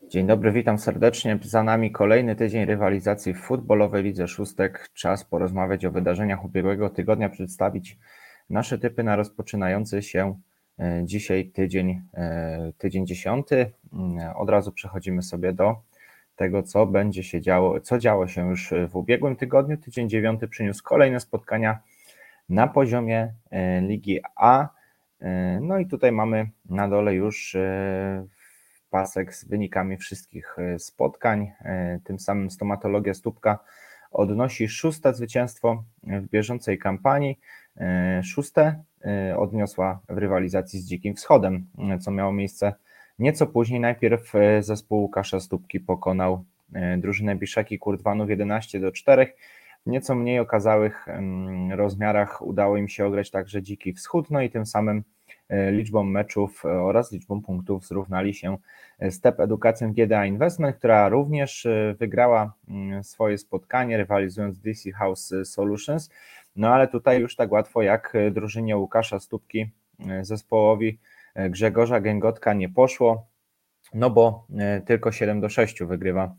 Dzień dobry, witam serdecznie. Za nami kolejny tydzień rywalizacji w futbolowej Lidze Szóstek. Czas porozmawiać o wydarzeniach ubiegłego tygodnia, przedstawić nasze typy na rozpoczynający się dzisiaj tydzień 10. Od razu przechodzimy sobie do tego, co będzie się działo, co działo się już w ubiegłym tygodniu. Tydzień 9 przyniósł kolejne spotkania na poziomie Ligi A. No i tutaj mamy na dole już pasek z wynikami wszystkich spotkań. Tym samym Stomatologia Stópka odnosi 6. zwycięstwo w bieżącej kampanii. 6. odniosła w rywalizacji z Dzikim Wschodem, co miało miejsce nieco później. Najpierw zespół Łukasza Stópki pokonał drużynę Biszaki Kurdwanów 11-4. W nieco mniej okazałych rozmiarach udało im się ograć także Dziki Wschód, no i tym samym liczbą meczów oraz liczbą punktów zrównali się Step Education GDA Investment, która również wygrała swoje spotkanie, rywalizując z DC House Solutions, no ale tutaj już tak łatwo jak drużynie Łukasza Stópki, zespołowi Grzegorza Gęgotka nie poszło, no bo tylko 7-6 wygrywa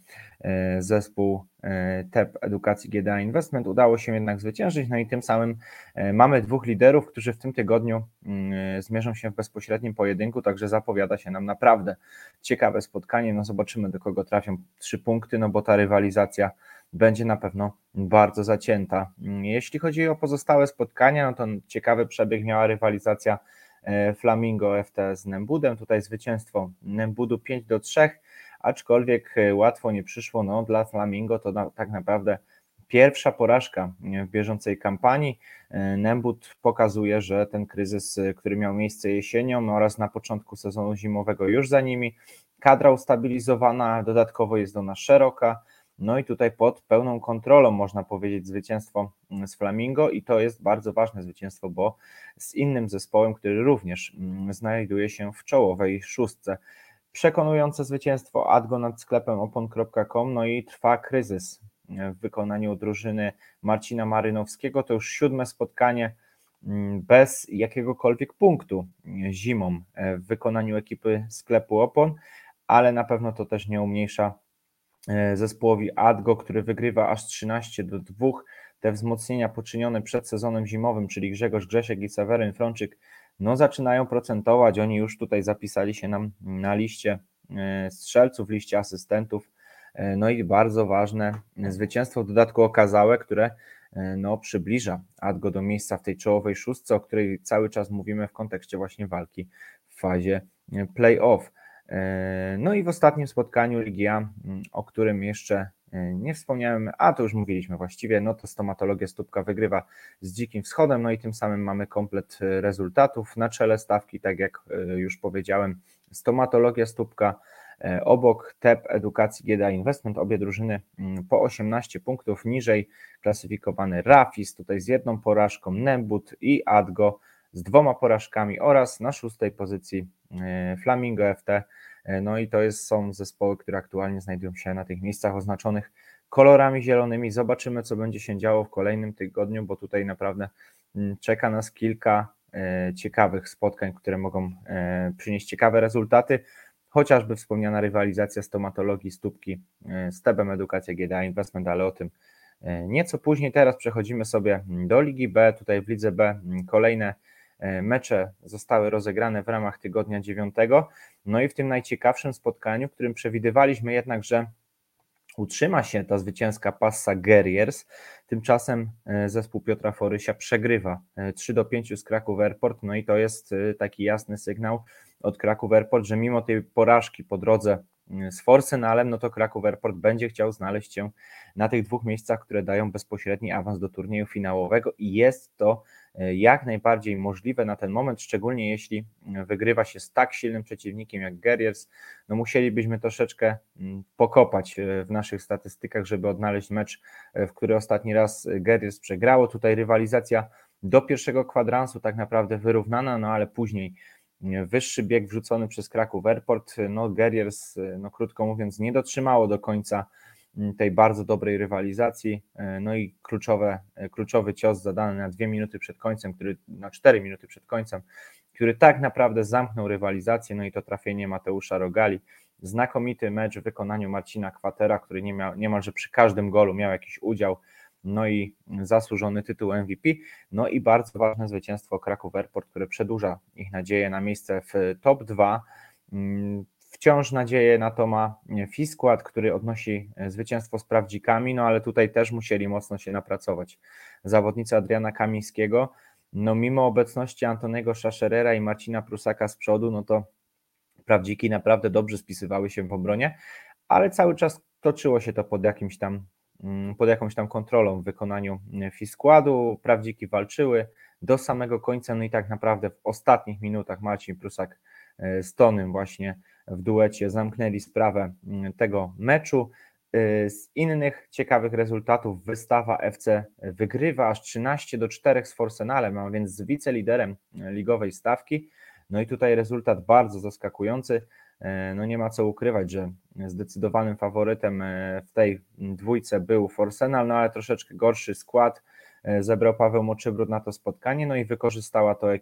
zespół TEP Edukacji GDA Investment. Udało się jednak zwyciężyć, no i tym samym mamy dwóch liderów, którzy w tym tygodniu zmierzą się w bezpośrednim pojedynku, także zapowiada się nam naprawdę ciekawe spotkanie. No zobaczymy, do kogo trafią 3 punkty, no bo ta rywalizacja będzie na pewno bardzo zacięta. Jeśli chodzi o pozostałe spotkania, no to ciekawy przebieg miała rywalizacja Flamingo FT z Nembudem. Tutaj zwycięstwo Nembudu 5-3, aczkolwiek łatwo nie przyszło. No, dla Flamingo to tak naprawdę pierwsza porażka w bieżącej kampanii. Nembud pokazuje, że ten kryzys, który miał miejsce jesienią oraz na początku sezonu zimowego już za nimi. Kadra ustabilizowana, dodatkowo jest ona szeroka. No i tutaj pod pełną kontrolą można powiedzieć zwycięstwo z Flamingo i to jest bardzo ważne zwycięstwo, bo z innym zespołem, który również znajduje się w czołowej szóstce. Przekonujące zwycięstwo Adgo nad sklepem opon.com, no i trwa kryzys w wykonaniu drużyny Marcina Marynowskiego. To już 7. spotkanie bez jakiegokolwiek punktu zimą w wykonaniu ekipy sklepu Opon, ale na pewno to też nie umniejsza zespołowi Adgo, który wygrywa aż 13-2. Te wzmocnienia poczynione przed sezonem zimowym, czyli Grzegorz Grzesiek i Seweryn Frączyk, no zaczynają procentować. Oni już tutaj zapisali się nam na liście strzelców, liście asystentów. No i bardzo ważne zwycięstwo w dodatku okazałe, które no, przybliża Adgo do miejsca w tej czołowej szóstce, o której cały czas mówimy w kontekście właśnie walki w fazie play-off. No i w ostatnim spotkaniu Ligi A, o którym jeszcze nie wspomniałem, a to już mówiliśmy właściwie, no to Stomatologia Stópka wygrywa z Dzikim Wschodem, no i tym samym mamy komplet rezultatów. Na czele stawki, tak jak już powiedziałem, Stomatologia Stópka, obok TEP Edukacji GDA Investment, obie drużyny po 18 punktów, niżej klasyfikowany Rafis, tutaj z 1 porażką, Nembud i Adgo z 2 porażkami oraz na 6. pozycji Flamingo FT. No i to są zespoły, które aktualnie znajdują się na tych miejscach oznaczonych kolorami zielonymi. Zobaczymy, co będzie się działo w kolejnym tygodniu, bo tutaj naprawdę czeka nas kilka ciekawych spotkań, które mogą przynieść ciekawe rezultaty. Chociażby wspomniana rywalizacja stomatologii stópki z TEB-em Edukacja GDA Investment, ale o tym nieco później. Teraz przechodzimy sobie do Ligi B. Tutaj w Lidze B kolejne mecze zostały rozegrane w ramach tygodnia 9. No i w tym najciekawszym spotkaniu, w którym przewidywaliśmy jednak, że utrzyma się ta zwycięska passa Guerriers, tymczasem zespół Piotra Forysia przegrywa 3-5 z Kraków Airport, no i to jest taki jasny sygnał od Kraków Airport, że mimo tej porażki po drodze z Forsenalem, no to Kraków Airport będzie chciał znaleźć się na tych 2 miejscach, które dają bezpośredni awans do turnieju finałowego i jest to jak najbardziej możliwe na ten moment, szczególnie jeśli wygrywa się z tak silnym przeciwnikiem jak Guerriers. No musielibyśmy troszeczkę pokopać w naszych statystykach, żeby odnaleźć mecz, w który ostatni raz Guerriers przegrało. Tutaj rywalizacja do pierwszego kwadransu tak naprawdę wyrównana, no ale później wyższy bieg wrzucony przez Kraków Airport, no Guerriers, no krótko mówiąc, nie dotrzymało do końca tej bardzo dobrej rywalizacji, no i kluczowy cios zadany na 2 minuty przed końcem, na 4 minuty przed końcem, który tak naprawdę zamknął rywalizację, no i to trafienie Mateusza Rogali znakomity mecz w wykonaniu Marcina Kwatera, który niemalże przy każdym golu miał jakiś udział, no i zasłużony tytuł MVP, no i bardzo ważne zwycięstwo Kraków Airport, które przedłuża ich nadzieję na miejsce w top 2. Wciąż nadzieję na to ma Fiskład, który odnosi zwycięstwo z Prawdzikami, no ale tutaj też musieli mocno się napracować. Zawodnicy Adriana Kamińskiego, no mimo obecności Antoniego Szaszerera i Marcina Prusaka z przodu, no to Prawdziki naprawdę dobrze spisywały się w obronie, ale cały czas toczyło się to pod jakąś tam kontrolą w wykonaniu Fiskładu. Prawdziki walczyły do samego końca, no i tak naprawdę w ostatnich minutach Marcin Prusak z Tonym właśnie w duecie zamknęli sprawę tego meczu. Z innych ciekawych rezultatów wystawa FC wygrywa aż 13-4 z Forsenalem, a więc z wiceliderem ligowej stawki. No i tutaj rezultat bardzo zaskakujący. No nie ma co ukrywać, że zdecydowanym faworytem w tej dwójce był Forsenal, no ale troszeczkę gorszy skład zebrał Paweł Moczybród na to spotkanie, no i wykorzystała to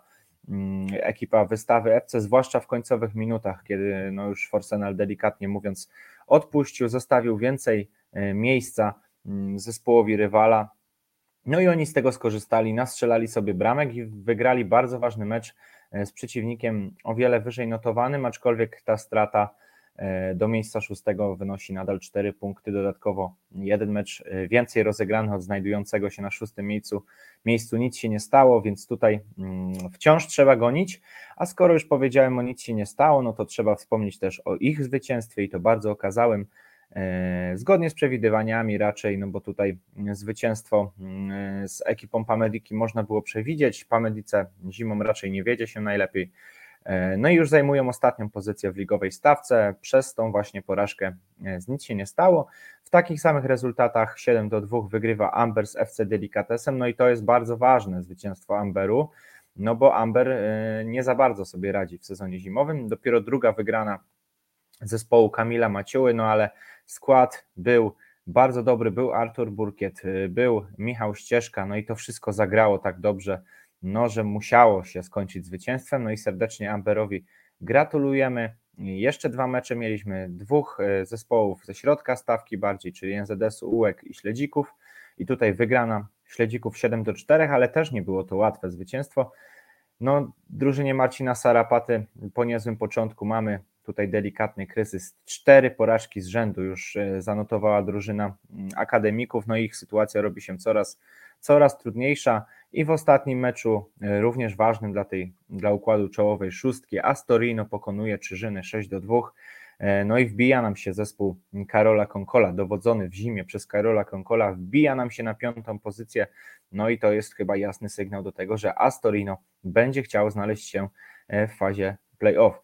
ekipa wystawy FC, zwłaszcza w końcowych minutach, kiedy no już Forsenal, delikatnie mówiąc, odpuścił, zostawił więcej miejsca zespołowi rywala. No i oni z tego skorzystali, nastrzelali sobie bramek i wygrali bardzo ważny mecz z przeciwnikiem o wiele wyżej notowanym, aczkolwiek ta strata do miejsca 6 wynosi nadal 4 punkty, dodatkowo jeden mecz więcej rozegrany od znajdującego się na 6 miejscu nic się nie stało, więc tutaj wciąż trzeba gonić, a skoro już powiedziałem o nic się nie stało, no to trzeba wspomnieć też o ich zwycięstwie i to bardzo okazałym, zgodnie z przewidywaniami raczej, no bo tutaj zwycięstwo z ekipą Pamediki można było przewidzieć, Pamedice zimą raczej nie wiedzie się najlepiej, no i już zajmują ostatnią pozycję w ligowej stawce, przez tą właśnie porażkę z nic się nie stało. W takich samych rezultatach 7-2 wygrywa Amber z FC Delicatesem, no i to jest bardzo ważne zwycięstwo Amberu, no bo Amber nie za bardzo sobie radzi w sezonie zimowym, dopiero druga wygrana zespołu Kamila Maciuły, no ale skład był bardzo dobry, był Artur Burkiet, był Michał Ścieżka, no i to wszystko zagrało tak dobrze, no że musiało się skończyć zwycięstwem, no i serdecznie Amberowi gratulujemy. Jeszcze 2 mecze mieliśmy dwóch zespołów ze środka stawki bardziej, czyli NZS-u, UŁEK i Śledzików i tutaj wygrana Śledzików 7-4, ale też nie było to łatwe zwycięstwo. No, drużynie Marcina Sarapaty po niezłym początku mamy tutaj delikatny kryzys. 4 porażki z rzędu już zanotowała drużyna akademików, no i ich sytuacja robi się coraz trudniejsza i w ostatnim meczu, również ważnym dla układu czołowej szóstki, Astorino pokonuje Czyżyny 6-2, no i wbija nam się zespół Karola Konkola, dowodzony w zimie przez Karola Konkola, wbija nam się na 5. pozycję, no i to jest chyba jasny sygnał do tego, że Astorino będzie chciał znaleźć się w fazie play-off.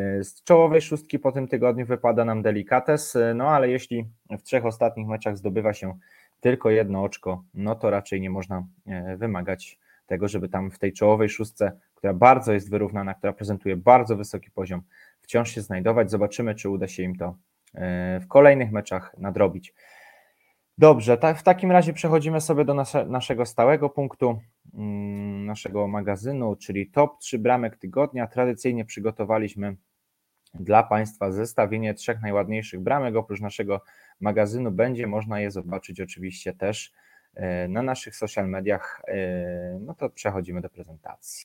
Z czołowej szóstki po tym tygodniu wypada nam Delicates, no ale jeśli w 3 ostatnich meczach zdobywa się tylko 1 oczko, no to raczej nie można wymagać tego, żeby tam w tej czołowej szóstce, która bardzo jest wyrównana, która prezentuje bardzo wysoki poziom, wciąż się znajdować. Zobaczymy, czy uda się im to w kolejnych meczach nadrobić. Dobrze, w takim razie przechodzimy sobie do naszego stałego punktu, naszego magazynu, czyli top 3 bramek tygodnia. Tradycyjnie przygotowaliśmy dla Państwa zestawienie 3 najładniejszych bramek. Oprócz naszego magazynu będzie można je zobaczyć oczywiście też na naszych social mediach. No to przechodzimy do prezentacji.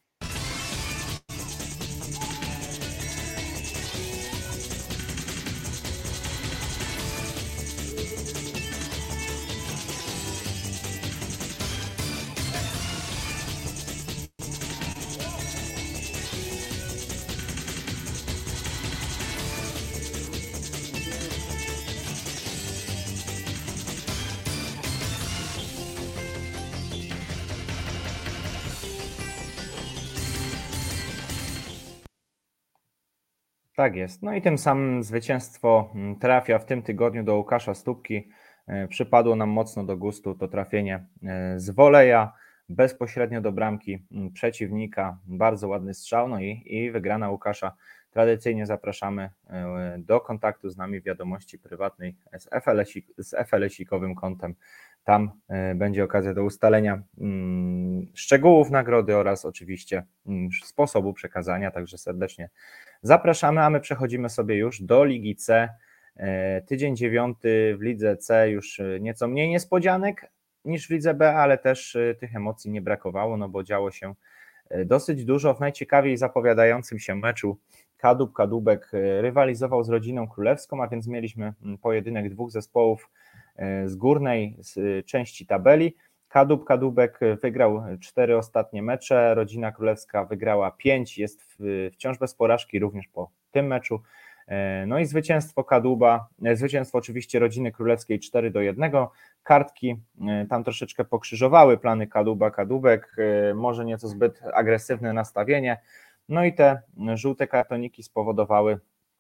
Tak jest. No i tym samym zwycięstwo trafia w tym tygodniu do Łukasza Stópki. Przypadło nam mocno do gustu to trafienie z woleja bezpośrednio do bramki przeciwnika. Bardzo ładny strzał, no i wygrana Łukasza. Tradycyjnie zapraszamy do kontaktu z nami w wiadomości prywatnej z FLS-ikowym kontem. Tam będzie okazja do ustalenia szczegółów nagrody oraz oczywiście sposobu przekazania, także serdecznie Zapraszamy, a my przechodzimy sobie już do Ligi C. Tydzień 9 w Lidze C, już nieco mniej niespodzianek niż w Lidze B, ale też tych emocji nie brakowało, no bo działo się dosyć dużo. W najciekawiej zapowiadającym się meczu Kadłub-Kadłubek rywalizował z Rodziną Królewską, a więc mieliśmy pojedynek dwóch zespołów z górnej części tabeli. Kadłub-Kadłubek wygrał 4 ostatnie mecze, Rodzina Królewska wygrała 5, jest wciąż bez porażki również po tym meczu. No i zwycięstwo Kadłuba, zwycięstwo oczywiście Rodziny Królewskiej 4-1. Kartki tam troszeczkę pokrzyżowały plany Kadłuba-Kadłubek, może nieco zbyt agresywne nastawienie. No i te żółte kartoniki spowodowały,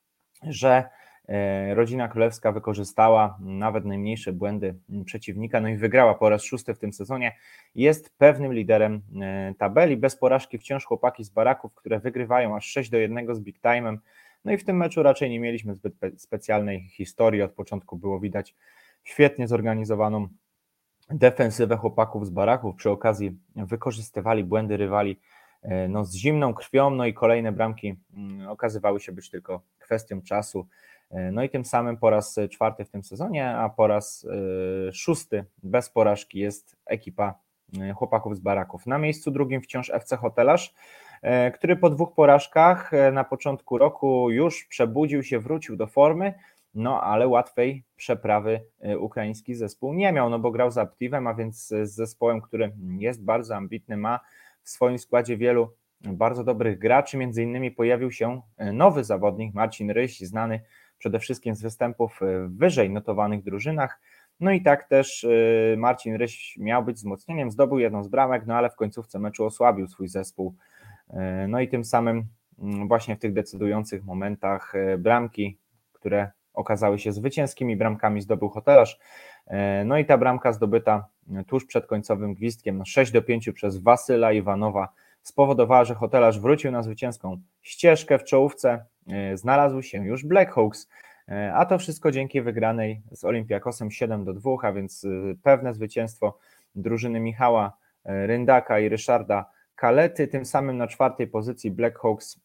że Rodzina Królewska wykorzystała nawet najmniejsze błędy przeciwnika, no i wygrała po raz 6 w tym sezonie. Jest pewnym liderem tabeli, bez porażki wciąż chłopaki z Baraków, które wygrywają aż 6-1 z Big Time'em. No i w tym meczu raczej nie mieliśmy zbyt specjalnej historii, od początku było widać świetnie zorganizowaną defensywę chłopaków z Baraków, przy okazji wykorzystywali błędy rywali z zimną krwią, no i kolejne bramki okazywały się być tylko kwestią czasu. No i tym samym po raz 4 w tym sezonie, a po raz 6 bez porażki jest ekipa chłopaków z Baraków. Na miejscu drugim wciąż FC Hotelarz, który po 2 porażkach na początku roku już przebudził się, wrócił do formy, no ale łatwej przeprawy ukraiński zespół nie miał, no bo grał z Aptivem, a więc z zespołem, który jest bardzo ambitny, ma w swoim składzie wielu bardzo dobrych graczy, między innymi pojawił się nowy zawodnik, Marcin Ryś, znany przede wszystkim z występów w wyżej notowanych drużynach. No i tak też Marcin Ryś miał być wzmocnieniem, zdobył jedną z bramek, no ale w końcówce meczu osłabił swój zespół. No i tym samym właśnie w tych decydujących momentach bramki, które okazały się zwycięskimi bramkami, zdobył Hotelarz. No i ta bramka zdobyta tuż przed końcowym gwizdkiem, 6-5 przez Wasyla Iwanowa, spowodowała, że Hotelarz wrócił na zwycięską ścieżkę. W czołówce znalazł się już Black Hawks, a to wszystko dzięki wygranej z Olympiakosem 7-2, a więc pewne zwycięstwo drużyny Michała Ryndaka i Ryszarda Kalety, tym samym na 4. pozycji Black Hawks,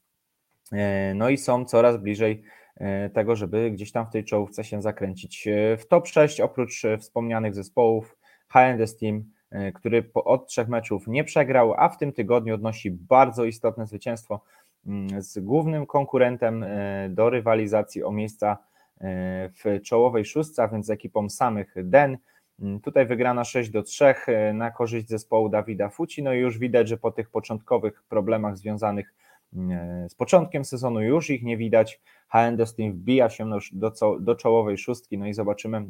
no i są coraz bliżej tego, żeby gdzieś tam w tej czołówce się zakręcić w top 6, oprócz wspomnianych zespołów H&S Team, który od 3 meczów nie przegrał, a w tym tygodniu odnosi bardzo istotne zwycięstwo z głównym konkurentem do rywalizacji o miejsca w czołowej 6, a więc z ekipą samych DEN. Tutaj wygrana 6-3 na korzyść zespołu Dawida Fuci, no i już widać, że po tych początkowych problemach związanych z początkiem sezonu już ich nie widać. H&S Team wbija się do czołowej 6, no i zobaczymy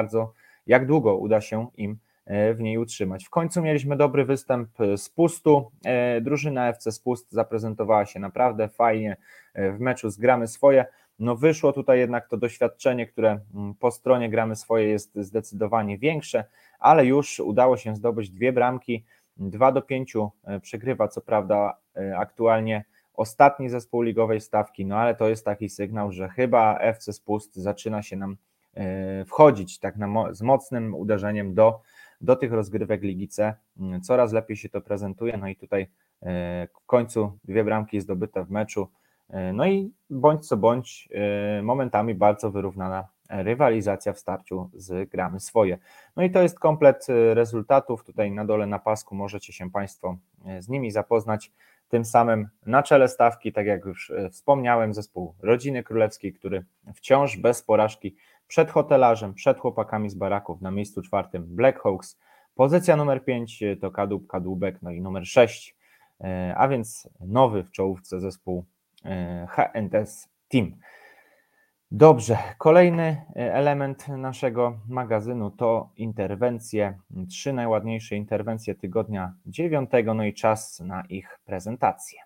jak długo uda się im w niej utrzymać. W końcu mieliśmy dobry występ z Pustu. Drużyna FC Spust zaprezentowała się naprawdę fajnie w meczu z Gramy Swoje. No wyszło tutaj jednak to doświadczenie, które po stronie Gramy Swoje jest zdecydowanie większe, ale już udało się zdobyć 2 bramki, 2-5 przegrywa co prawda aktualnie ostatni zespół ligowej stawki, no ale to jest taki sygnał, że chyba FC Spust zaczyna się nam wchodzić tak z mocnym uderzeniem do tych rozgrywek Ligi C. Coraz lepiej się to prezentuje, no i tutaj w końcu 2 bramki zdobyte w meczu, no i bądź co bądź momentami bardzo wyrównana rywalizacja w starciu z Gramy Swoje. No i to jest komplet rezultatów, tutaj na dole na pasku możecie się Państwo z nimi zapoznać. Tym samym na czele stawki, tak jak już wspomniałem, zespół Rodziny Królewskiej, który wciąż bez porażki przed Hotelarzem, przed chłopakami z Baraków, na miejscu 4 Black Hawks. Pozycja numer 5 to Kadłub, Kadłubek, no i numer 6, a więc nowy w czołówce zespół H&S Team. Dobrze, kolejny element naszego magazynu to interwencje, 3 najładniejsze interwencje tygodnia 9, no i czas na ich prezentację.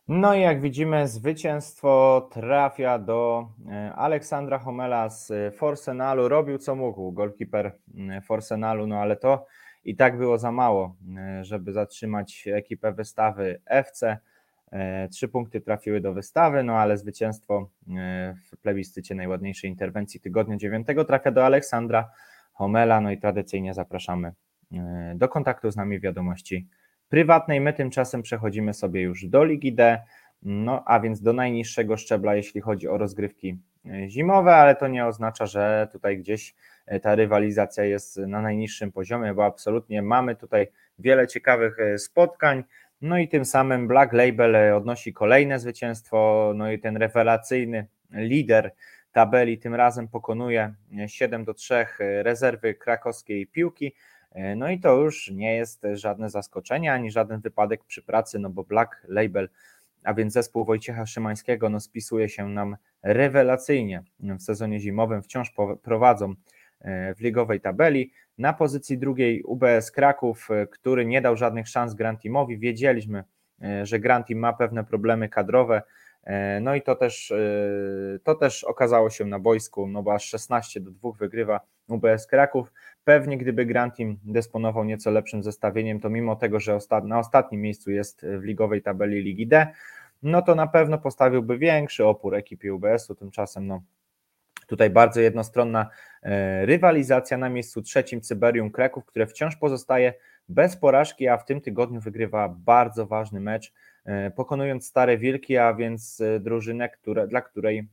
No i jak widzimy, zwycięstwo trafia do Aleksandra Homela z Forsenalu. Robił co mógł golkiper Forsenalu, no ale to i tak było za mało, żeby zatrzymać ekipę wystawy FC. 3 punkty trafiły do wystawy, no ale zwycięstwo w plebiscycie najładniejszej interwencji tygodnia 9 trafia do Aleksandra Homela. No i tradycyjnie zapraszamy do kontaktu z nami w wiadomości prywatnej. My tymczasem przechodzimy sobie już do Ligi D, no a więc do najniższego szczebla, jeśli chodzi o rozgrywki zimowe, ale to nie oznacza, że tutaj gdzieś ta rywalizacja jest na najniższym poziomie, bo absolutnie mamy tutaj wiele ciekawych spotkań. No i tym samym Black Label odnosi kolejne zwycięstwo, no i ten rewelacyjny lider tabeli tym razem pokonuje 7-3 rezerwy krakowskiej Piłki. No i to już nie jest żadne zaskoczenie, ani żaden wypadek przy pracy, no bo Black Label, a więc zespół Wojciecha Szymańskiego, no spisuje się nam rewelacyjnie w sezonie zimowym, wciąż prowadzą w ligowej tabeli. Na pozycji drugiej UBS Kraków, który nie dał żadnych szans Grand Teamowi. Wiedzieliśmy, że Grand Team ma pewne problemy kadrowe, no i to też okazało się na boisku, no bo aż 16-2 wygrywa UBS Kraków. Pewnie gdyby Grand Team dysponował nieco lepszym zestawieniem, to mimo tego, że na ostatnim miejscu jest w ligowej tabeli Ligi D, no to na pewno postawiłby większy opór ekipie UBS-u. Tymczasem no, tutaj bardzo jednostronna rywalizacja. Na miejscu trzecim Cyberium Kraków, które wciąż pozostaje bez porażki, a w tym tygodniu wygrywa bardzo ważny mecz, pokonując Stare Wilki, a więc drużynę, dla której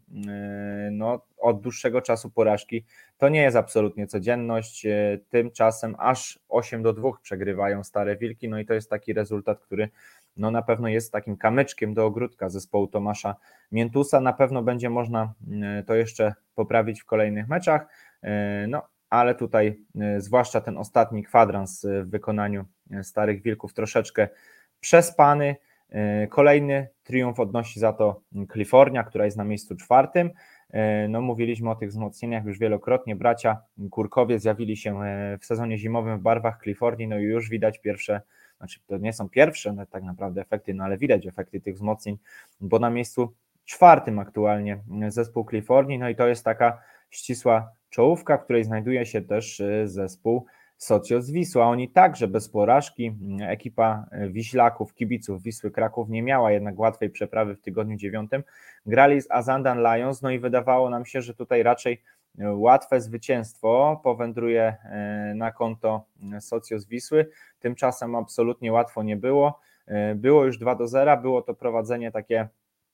no, od dłuższego czasu porażki to nie jest absolutnie codzienność. Tymczasem aż 8-2 przegrywają Stare Wilki, no i to jest taki rezultat, który no na pewno jest takim kamyczkiem do ogródka zespołu Tomasza Miętusa. Na pewno będzie można to jeszcze poprawić w kolejnych meczach, no ale tutaj zwłaszcza ten ostatni kwadrans w wykonaniu Starych Wilków troszeczkę przespany. Kolejny triumf odnosi za to Kalifornia, która jest na miejscu czwartym. No, mówiliśmy o tych wzmocnieniach już wielokrotnie. Bracia Kurkowie zjawili się w sezonie zimowym w barwach Kalifornii, no i już widać pierwsze, znaczy to nie są pierwsze tak naprawdę efekty, no ale widać efekty tych wzmocnień, bo na miejscu czwartym aktualnie zespół Kalifornii, no i to jest taka ścisła czołówka, w której znajduje się też zespół Socios Wisła. Oni także bez porażki. Ekipa Wiślaków, kibiców Wisły Kraków nie miała jednak łatwej przeprawy w tygodniu 9. Grali z Azandan Lions, no i wydawało nam się, że tutaj raczej łatwe zwycięstwo powędruje na konto Socios Wisły. Tymczasem absolutnie łatwo nie było. Było już 2-0, było to prowadzenie takie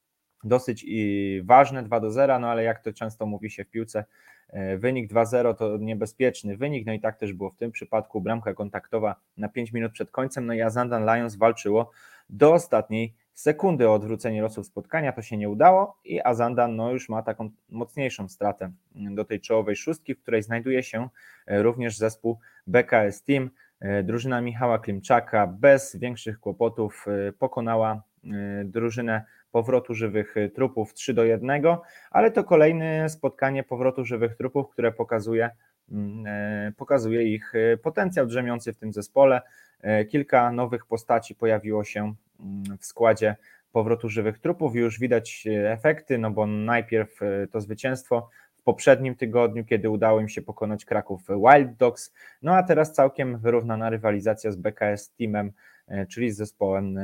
dosyć ważne 2-0, no ale jak to często mówi się w piłce, wynik 2-0 to niebezpieczny wynik, no i tak też było w tym przypadku. Bramka kontaktowa na 5 minut przed końcem, no i Azandan Lions walczyło do ostatniej sekundy o odwrócenie losów spotkania, to się nie udało i Azandan no już ma taką mocniejszą stratę do tej czołowej szóstki, w której znajduje się również zespół BKS Team. Drużyna Michała Klimczaka bez większych kłopotów pokonała drużynę powrotu żywych trupów 3-1, ale to kolejne spotkanie powrotu żywych trupów, które pokazuje ich potencjał drzemiący w tym zespole. Kilka nowych postaci pojawiło się w składzie powrotu żywych trupów i już widać efekty, no bo najpierw to zwycięstwo w poprzednim tygodniu, kiedy udało im się pokonać Kraków Wild Dogs, no a teraz całkiem wyrównana rywalizacja z BKS Teamem, czyli z zespołem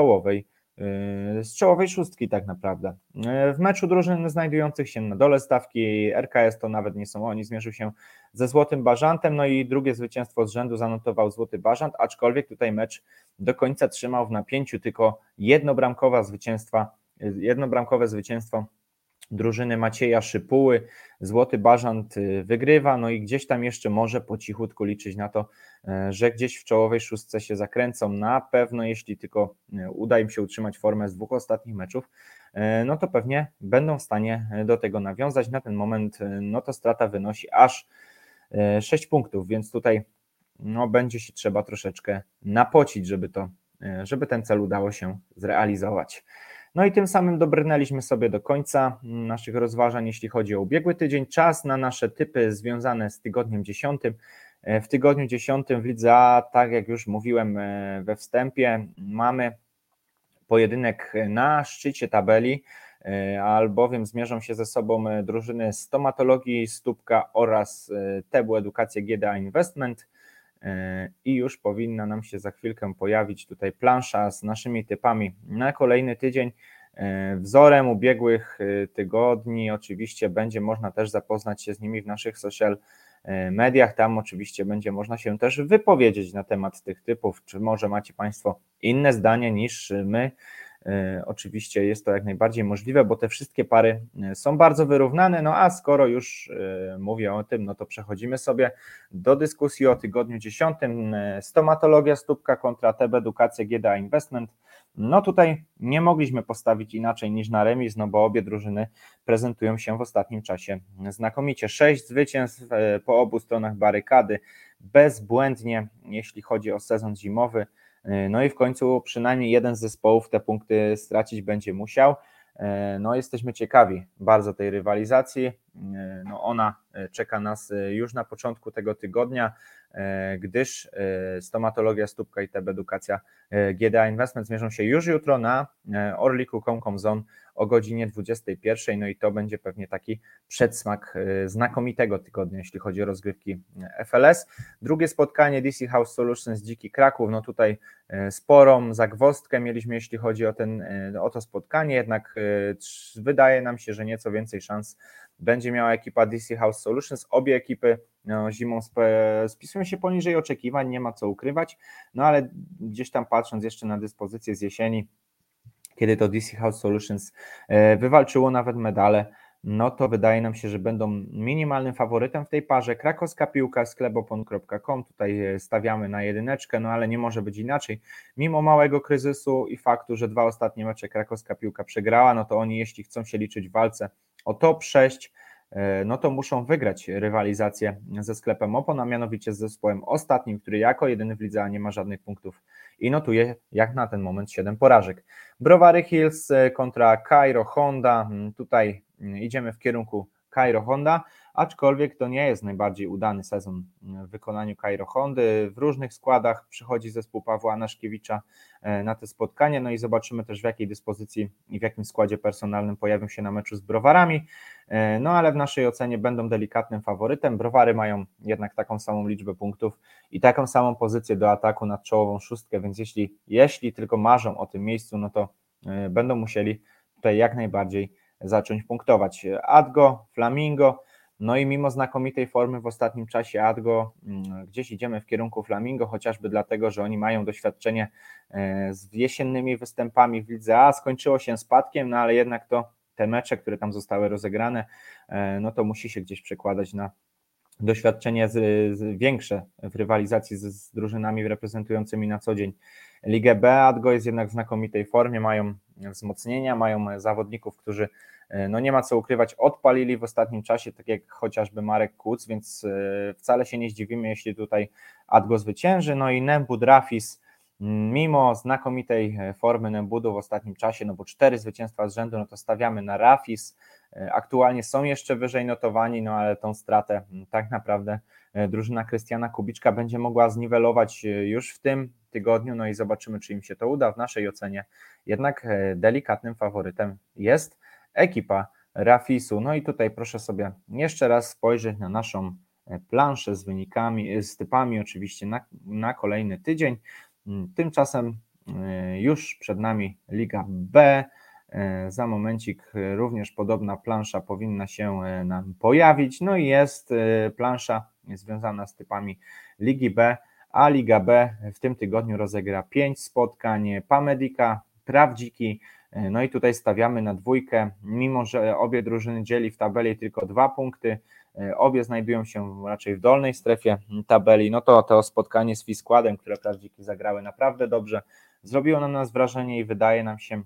z czołowej szóstki tak naprawdę. W meczu drużyn znajdujących się na dole stawki RKS to nawet nie są oni, zmierzył się ze Złotym Bażantem, no i drugie zwycięstwo z rzędu zanotował Złoty Bażant, aczkolwiek tutaj mecz do końca trzymał w napięciu, tylko jednobramkowe zwycięstwo drużyny Macieja Szypuły. Złoty Bażant wygrywa, no i gdzieś tam jeszcze może po cichutku liczyć na to, że gdzieś w czołowej szóstce się zakręcą. Na pewno, jeśli tylko uda im się utrzymać formę z 2 ostatnich meczów, no to pewnie będą w stanie do tego nawiązać. Na ten moment no to strata wynosi aż 6 punktów, więc tutaj no, będzie się trzeba troszeczkę napocić, żeby ten cel udało się zrealizować. No i tym samym dobrnęliśmy sobie do końca naszych rozważań, jeśli chodzi o ubiegły tydzień. Czas na nasze typy związane z tygodniem 10. W tygodniu 10 w Lidze A, tak jak już mówiłem we wstępie, mamy pojedynek na szczycie tabeli, albowiem zmierzą się ze sobą drużyny Stomatologii Stópka oraz Tebu Edukacja GDA Investment i już powinna nam się za chwilkę pojawić tutaj plansza z naszymi typami na kolejny tydzień. Wzorem ubiegłych tygodni oczywiście będzie można też zapoznać się z nimi w naszych social mediach, tam oczywiście będzie można się też wypowiedzieć na temat tych typów, czy może macie Państwo inne zdanie niż my. Oczywiście jest to jak najbardziej możliwe, bo te wszystkie pary są bardzo wyrównane, no a skoro już mówię o tym, no to przechodzimy sobie do dyskusji o tygodniu 10. Stomatologia Stópka kontra TB Edukacja GDA Investment. No tutaj nie mogliśmy postawić inaczej niż na remis, no bo obie drużyny prezentują się w ostatnim czasie znakomicie. 6 zwycięstw po obu stronach barykady, bezbłędnie, jeśli chodzi o sezon zimowy. No i w końcu przynajmniej jeden z zespołów te punkty stracić będzie musiał. No jesteśmy ciekawi bardzo tej rywalizacji. No ona czeka nas już na początku tego tygodnia, gdyż Stomatologia Stópka i TB Edukacja GDA Investment zmierzą się już jutro na Orliku Comcom Zone o godzinie 21. No i to będzie pewnie taki przedsmak znakomitego tygodnia, jeśli chodzi o rozgrywki FLS. Drugie spotkanie DC House Solutions Dziki Kraków, no tutaj sporą zagwozdkę mieliśmy, jeśli chodzi o to spotkanie, jednak wydaje nam się, że nieco więcej szans będzie miała ekipa DC House Solutions. Obie ekipy zimą spisują się poniżej oczekiwań, nie ma co ukrywać, no ale gdzieś tam patrząc jeszcze na dyspozycję z jesieni, kiedy to DC House Solutions wywalczyło nawet medale, no to wydaje nam się, że będą minimalnym faworytem w tej parze. Krakowska Piłka, sklepopon.com, tutaj stawiamy na jedyneczkę, no ale nie może być inaczej. Mimo małego kryzysu i faktu, że 2 ostatnie mecze Krakowska Piłka przegrała, no to oni, jeśli chcą się liczyć w walce o top 6, no to muszą wygrać rywalizację ze sklepem Opon, a mianowicie z zespołem ostatnim, który jako jedyny w lidze nie ma żadnych punktów i notuje jak na ten moment 7 porażek. Browary Hills kontra Cairo Honda, tutaj idziemy w kierunku Cairo Honda, aczkolwiek to nie jest najbardziej udany sezon w wykonaniu Cairo Hondy. W różnych składach przychodzi zespół Pawła Anaszkiewicza na te spotkanie, no i zobaczymy też w jakiej dyspozycji i w jakim składzie personalnym pojawią się na meczu z Browarami, no ale w naszej ocenie będą delikatnym faworytem. Browary mają jednak taką samą liczbę punktów i taką samą pozycję do ataku nad czołową szóstkę, więc jeśli tylko marzą o tym miejscu, no to będą musieli tutaj jak najbardziej zacząć punktować. Adgo, Flamingo, no i mimo znakomitej formy w ostatnim czasie Adgo, gdzieś idziemy w kierunku Flamingo, chociażby dlatego, że oni mają doświadczenie z jesiennymi występami w Lidze A, skończyło się spadkiem, no ale jednak te mecze, które tam zostały rozegrane, no to musi się gdzieś przekładać na doświadczenie większe w rywalizacji z drużynami reprezentującymi na co dzień Ligę B. Adgo jest jednak w znakomitej formie, mają wzmocnienia, mają zawodników, którzy no nie ma co ukrywać, odpalili w ostatnim czasie, tak jak chociażby Marek Kuc, więc wcale się nie zdziwimy, jeśli tutaj Adgo zwycięży. No i Nembud Rafis, mimo znakomitej formy Nembudu w ostatnim czasie, no bo 4 zwycięstwa z rzędu, no to stawiamy na Rafis. Aktualnie są jeszcze wyżej notowani, no ale tą stratę tak naprawdę drużyna Krystiana Kubiczka będzie mogła zniwelować już w tym tygodniu, no i zobaczymy, czy im się to uda. W naszej ocenie jednak delikatnym faworytem jest ekipa Rafisu. No i tutaj proszę sobie jeszcze raz spojrzeć na naszą planszę z wynikami, z typami oczywiście na kolejny tydzień. Tymczasem już przed nami Liga B. Za momencik również podobna plansza powinna się nam pojawić. No i jest plansza związana z typami Ligi B, a Liga B w tym tygodniu rozegra 5 spotkań Pamedika, Prawdziki. No i tutaj stawiamy na dwójkę, mimo że obie drużyny dzieli w tabeli tylko 2 punkty, obie znajdują się raczej w dolnej strefie tabeli, no to spotkanie z Fiskładem, które Prawdziki zagrały naprawdę dobrze, zrobiło na nas wrażenie i wydaje nam się,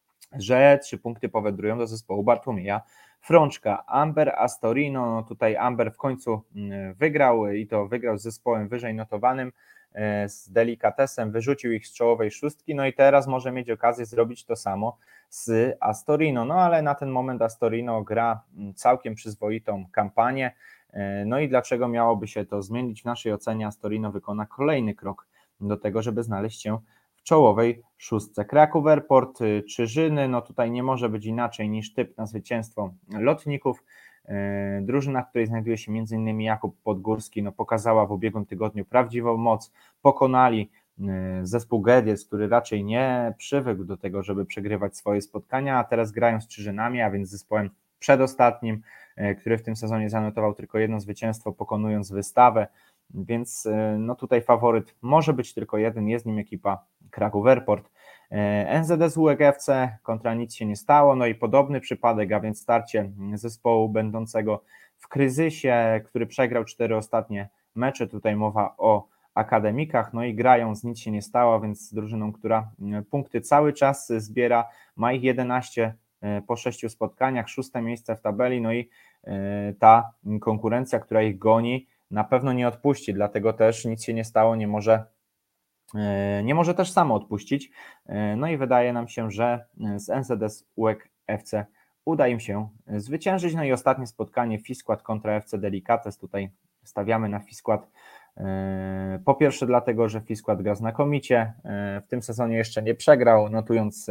że 3 punkty powędrują do zespołu Bartłomieja Frączka. Amber Astorino, no tutaj Amber w końcu wygrał i to wygrał z zespołem wyżej notowanym, z delikatesem, wyrzucił ich z czołowej szóstki, no i teraz może mieć okazję zrobić to samo z Astorino, no ale na ten moment Astorino gra całkiem przyzwoitą kampanię, no i dlaczego miałoby się to zmienić? W naszej ocenie Astorino wykona kolejny krok do tego, żeby znaleźć się w czołowej szóstce. Kraków Airport, Czyżyny, no tutaj nie może być inaczej niż typ na zwycięstwo Lotników. Drużyna, w której znajduje się m.in. Jakub Podgórski, no pokazała w ubiegłym tygodniu prawdziwą moc, pokonali zespół Gediec, który raczej nie przywykł do tego, żeby przegrywać swoje spotkania, a teraz grają z Czyżynami, a więc zespołem przedostatnim, który w tym sezonie zanotował tylko jedno zwycięstwo, pokonując Wystawę, więc no tutaj faworyt może być tylko jeden, jest nim ekipa Kraków Airport. NZS UEG FC kontra nic się nie stało, no i podobny przypadek, a więc starcie zespołu będącego w kryzysie, który przegrał 4 ostatnie mecze, tutaj mowa o akademikach, no i grają z nic się nie stało, więc z drużyną, która punkty cały czas zbiera, ma ich 11 po 6 spotkaniach, 6 miejsce w tabeli, no i ta konkurencja, która ich goni, na pewno nie odpuści, dlatego też nic się nie stało, nie może też samo odpuścić. No i wydaje nam się, że z NZS UEG FC uda im się zwyciężyć. No i ostatnie spotkanie Fiskład kontra FC Delicates. Tutaj stawiamy na Fiskład. Po pierwsze dlatego, że Fiskład gra znakomicie. W tym sezonie jeszcze nie przegrał, notując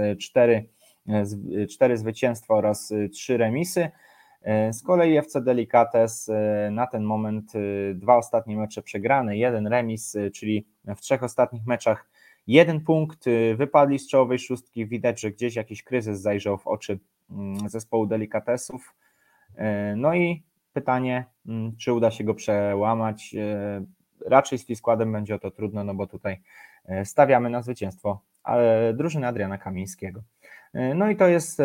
4 zwycięstwa oraz 3 remisy. Z kolei FC Delicates na ten moment 2 ostatnie mecze przegrane, 1 remis, czyli w 3 ostatnich meczach 1 punkt, wypadli z czołowej szóstki, widać, że gdzieś jakiś kryzys zajrzał w oczy zespołu Delicatesów. No i pytanie, czy uda się go przełamać, raczej z Fiskładem będzie o to trudno, no bo tutaj stawiamy na zwycięstwo drużyny Adriana Kamińskiego. No i to jest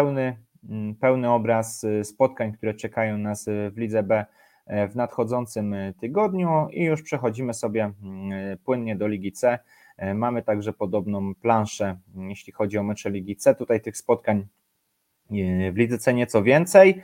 pełny obraz spotkań, które czekają nas w Lidze B w nadchodzącym tygodniu i już przechodzimy sobie płynnie do Ligi C. Mamy także podobną planszę, jeśli chodzi o mecze Ligi C. Tutaj tych spotkań w Lidze C nieco więcej,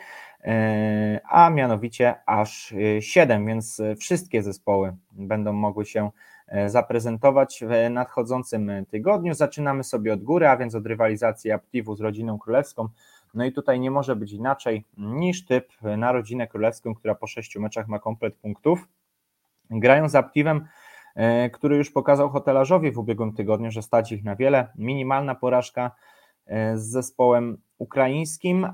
a mianowicie aż 7, więc wszystkie zespoły będą mogły się zaprezentować w nadchodzącym tygodniu. Zaczynamy sobie od góry, a więc od rywalizacji Aptivu z rodziną królewską. No i tutaj nie może być inaczej niż typ na rodzinę królewską, która po 6 meczach ma komplet punktów. Grają z Aptivem, który już pokazał hotelarzowi w ubiegłym tygodniu, że stać ich na wiele. Minimalna porażka z zespołem ukraińskim.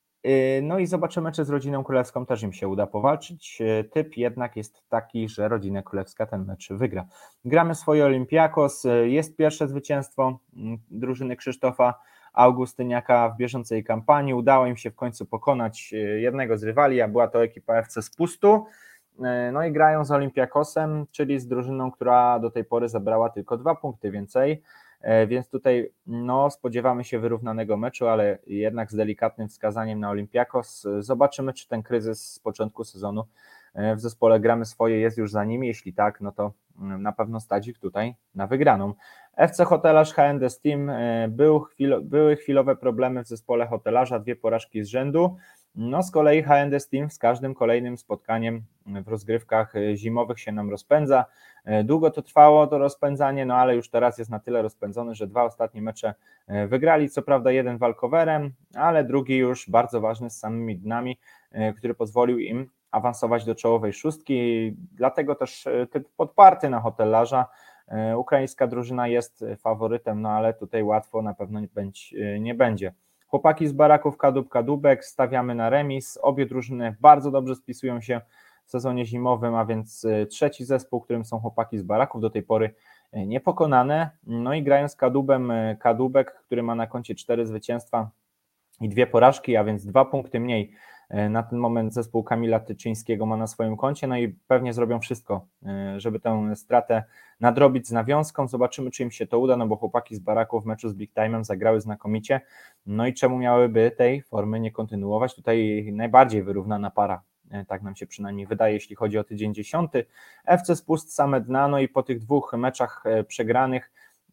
No i zobaczymy, czy z rodziną królewską też im się uda powalczyć. Typ jednak jest taki, że rodzina królewska ten mecz wygra. Gramy swoje Olympiakos, jest pierwsze zwycięstwo drużyny Krzysztofa Augustyniaka w bieżącej kampanii. Udało im się w końcu pokonać jednego z rywali, a była to ekipa FC Spustu. No i grają z Olympiakosem, czyli z drużyną, która do tej pory zebrała tylko 2 punkty więcej, więc tutaj no, spodziewamy się wyrównanego meczu, ale jednak z delikatnym wskazaniem na Olympiakos. Zobaczymy, czy ten kryzys z początku sezonu w zespole Gramy Swoje jest już za nimi. Jeśli tak, no to na pewno stać ich tutaj na wygraną. FC Hotelarz HND Steam, były chwilowe problemy w zespole Hotelarza, 2 porażki z rzędu. No z kolei HND Steam z każdym kolejnym spotkaniem w rozgrywkach zimowych się nam rozpędza. Długo to trwało, to rozpędzanie, no ale już teraz jest na tyle rozpędzony, że 2 ostatnie mecze wygrali, co prawda jeden walkowerem, ale drugi już bardzo ważny z samymi dnami, który pozwolił im awansować do czołowej szóstki, dlatego też typ podparty na hotelarza. Ukraińska drużyna jest faworytem, no ale tutaj łatwo na pewno nie będzie. Chłopaki z baraków Kadłub-Kadłubek stawiamy na remis, obie drużyny bardzo dobrze spisują się w sezonie zimowym, a więc trzeci zespół, którym są chłopaki z baraków, do tej pory niepokonane, no i grają z Kadłubem Kadłubek, który ma na koncie 4 zwycięstwa i 2 porażki, a więc 2 punkty mniej na ten moment zespół Kamila Tyczyńskiego ma na swoim koncie, no i pewnie zrobią wszystko, żeby tę stratę nadrobić z nawiązką. Zobaczymy, czy im się to uda, no bo chłopaki z baraków w meczu z Big Time'em zagrały znakomicie, no i czemu miałyby tej formy nie kontynuować? Tutaj najbardziej wyrównana para, tak nam się przynajmniej wydaje, jeśli chodzi o tydzień 10. FC Spust same dna, no i po tych 2 meczach przegranych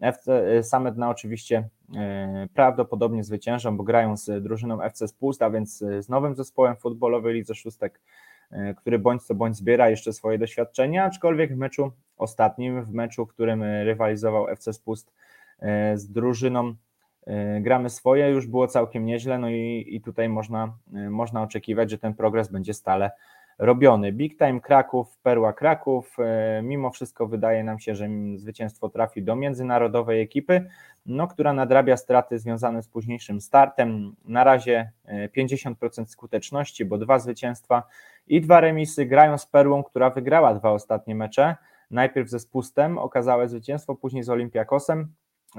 same dna oczywiście prawdopodobnie zwyciężą, bo grają z drużyną FC Spust, a więc z nowym zespołem futbolowej Lidze Szóstek, który bądź co bądź zbiera jeszcze swoje doświadczenia, aczkolwiek w meczu ostatnim, w meczu, w którym rywalizował FC Spust z drużyną Gramy Swoje, już było całkiem nieźle, no i tutaj można oczekiwać, że ten progres będzie stale robiony. Big Time Kraków, Perła Kraków, mimo wszystko wydaje nam się, że zwycięstwo trafi do międzynarodowej ekipy, no, która nadrabia straty związane z późniejszym startem. Na razie 50% skuteczności, bo 2 zwycięstwa i 2 remisy, grają z Perłą, która wygrała 2 ostatnie mecze, najpierw ze Spustem okazałe zwycięstwo, później z Olympiakosem,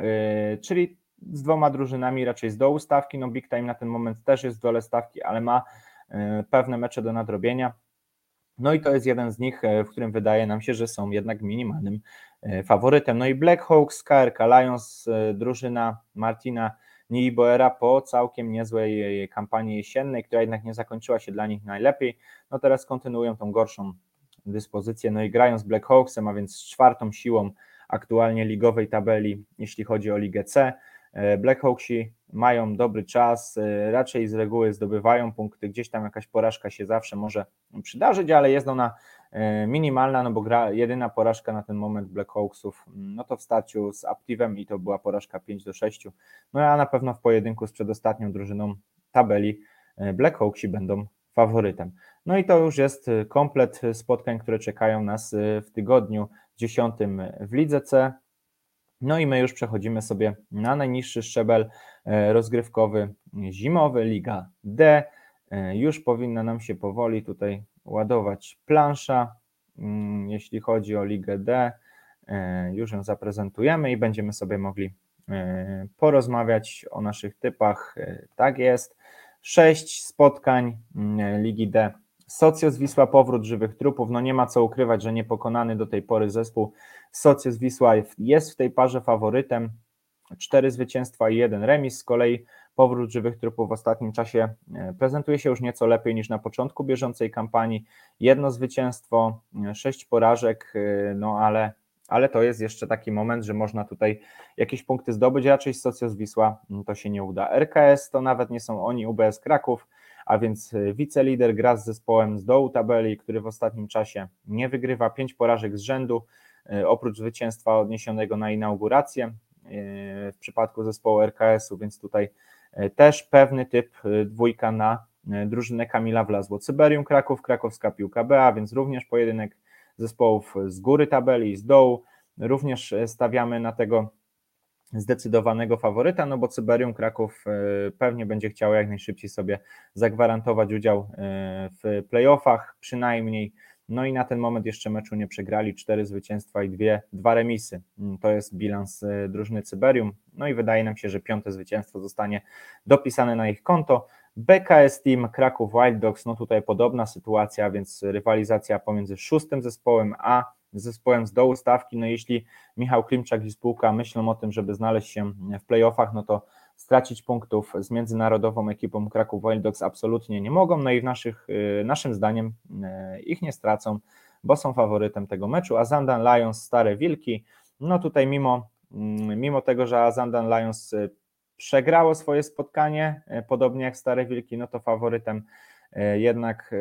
czyli z 2 drużynami raczej z dołu stawki. No Big Time na ten moment też jest w dole stawki, ale ma pewne mecze do nadrobienia. No i to jest jeden z nich, w którym wydaje nam się, że są jednak minimalnym faworytem. No i Black Hawks, KRK Lions, drużyna Martina Nieboera po całkiem niezłej kampanii jesiennej, która jednak nie zakończyła się dla nich najlepiej. No teraz kontynuują tą gorszą dyspozycję, no i grają z Black Hawksem, a więc z 4. siłą aktualnie ligowej tabeli, jeśli chodzi o Ligę C. Black Hawksi mają dobry czas, raczej z reguły zdobywają punkty, gdzieś tam jakaś porażka się zawsze może przydarzyć, ale jest ona minimalna, no bo jedyna porażka na ten moment Black Hawksów, no to w starciu z Aptivem i to była porażka 5-6, no a na pewno w pojedynku z przedostatnią drużyną tabeli Black Hawksi będą faworytem. No i to już jest komplet spotkań, które czekają nas w tygodniu 10 w Lidze C. No i my już przechodzimy sobie na najniższy szczebel rozgrywkowy zimowy, Liga D. Już powinna nam się powoli tutaj ładować plansza, jeśli chodzi o Ligę D. Już ją zaprezentujemy i będziemy sobie mogli porozmawiać o naszych typach. Tak jest. 6 spotkań Ligi D. Socjus Wisła, powrót żywych trupów. No nie ma co ukrywać, że niepokonany do tej pory zespół Socjus Wisła jest w tej parze faworytem. 4 zwycięstwa i 1 remis. Z kolei powrót żywych trupów w ostatnim czasie prezentuje się już nieco lepiej niż na początku bieżącej kampanii. 1 zwycięstwo, 6 porażek, no ale to jest jeszcze taki moment, że można tutaj jakieś punkty zdobyć. Raczej z Socjus Wisła to się nie uda. RKS to nawet nie są oni, UBS Kraków, a więc wicelider gra z zespołem z dołu tabeli, który w ostatnim czasie nie wygrywa, 5 porażek z rzędu, oprócz zwycięstwa odniesionego na inaugurację w przypadku zespołu RKS-u, więc tutaj też pewny typ dwójka na drużynę Kamila Wlazło. Cyberium Kraków, Krakowska Piłka B, a więc również pojedynek zespołów z góry tabeli i z dołu. Również stawiamy na tego zdecydowanego faworyta, no bo Cyberium Kraków pewnie będzie chciało jak najszybciej sobie zagwarantować udział w playoffach przynajmniej. No i na ten moment jeszcze meczu nie przegrali, 4 zwycięstwa i 2 remisy. To jest bilans drużyny Cyberium. No i wydaje nam się, że 5. zwycięstwo zostanie dopisane na ich konto. BKS Team Kraków Wild Dogs, no tutaj podobna sytuacja, więc rywalizacja pomiędzy 6. zespołem a zespołem z dołu stawki. No jeśli Michał Klimczak i spółka myślą o tym, żeby znaleźć się w playoffach, no to stracić punktów z międzynarodową ekipą Kraków Wild Dogs absolutnie nie mogą, no i naszym zdaniem ich nie stracą, bo są faworytem tego meczu. Azandan Lions, Stare Wilki, no tutaj mimo tego, że Azandan Lions przegrało swoje spotkanie, podobnie jak Stare Wilki, no to faworytem jednak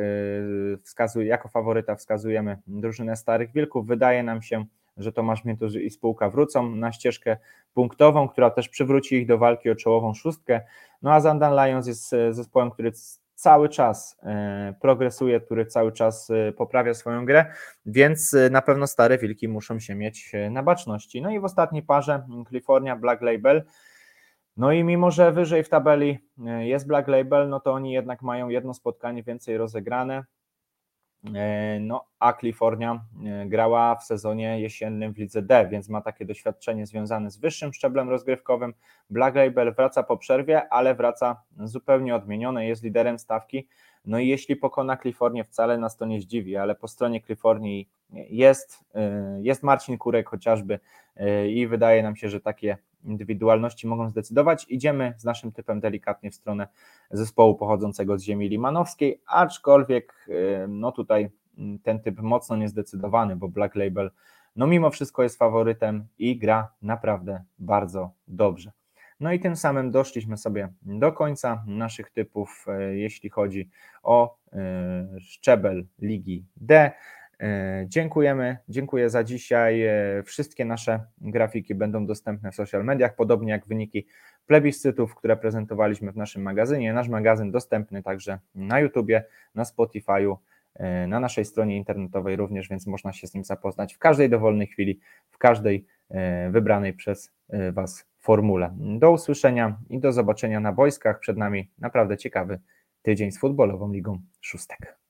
jako faworyta wskazujemy drużynę Starych Wilków. Wydaje nam się, że Tomasz Miętus i spółka wrócą na ścieżkę punktową, która też przywróci ich do walki o czołową 6. No a Zandan Lions jest zespołem, który cały czas progresuje, który cały czas poprawia swoją grę, więc na pewno Stare Wilki muszą się mieć na baczności. No i w ostatniej parze California Black Label. No i mimo, że wyżej w tabeli jest Black Label, no to oni jednak mają 1 spotkanie więcej rozegrane. No a California grała w sezonie jesiennym w Lidze D, więc ma takie doświadczenie związane z wyższym szczeblem rozgrywkowym. Black Label wraca po przerwie, ale wraca zupełnie odmienione, jest liderem stawki. No i jeśli pokona Californię, wcale nas to nie zdziwi, ale po stronie Californii jest Marcin Kurek chociażby i wydaje nam się, że takie indywidualności mogą zdecydować. Idziemy z naszym typem delikatnie w stronę zespołu pochodzącego z ziemi limanowskiej, aczkolwiek no tutaj ten typ mocno niezdecydowany, bo Black Label no mimo wszystko jest faworytem i gra naprawdę bardzo dobrze. No i tym samym doszliśmy sobie do końca naszych typów, jeśli chodzi o szczebel Ligi D. Dziękuję za dzisiaj. Wszystkie nasze grafiki będą dostępne w social mediach, podobnie jak wyniki plebiscytów, które prezentowaliśmy w naszym magazynie. Nasz magazyn dostępny także na YouTubie, na Spotify'u, na naszej stronie internetowej również, więc można się z nim zapoznać w każdej dowolnej chwili, w każdej wybranej przez Was formule. Do usłyszenia i do zobaczenia na boiskach. Przed nami naprawdę ciekawy tydzień z futbolową Ligą Szóstek.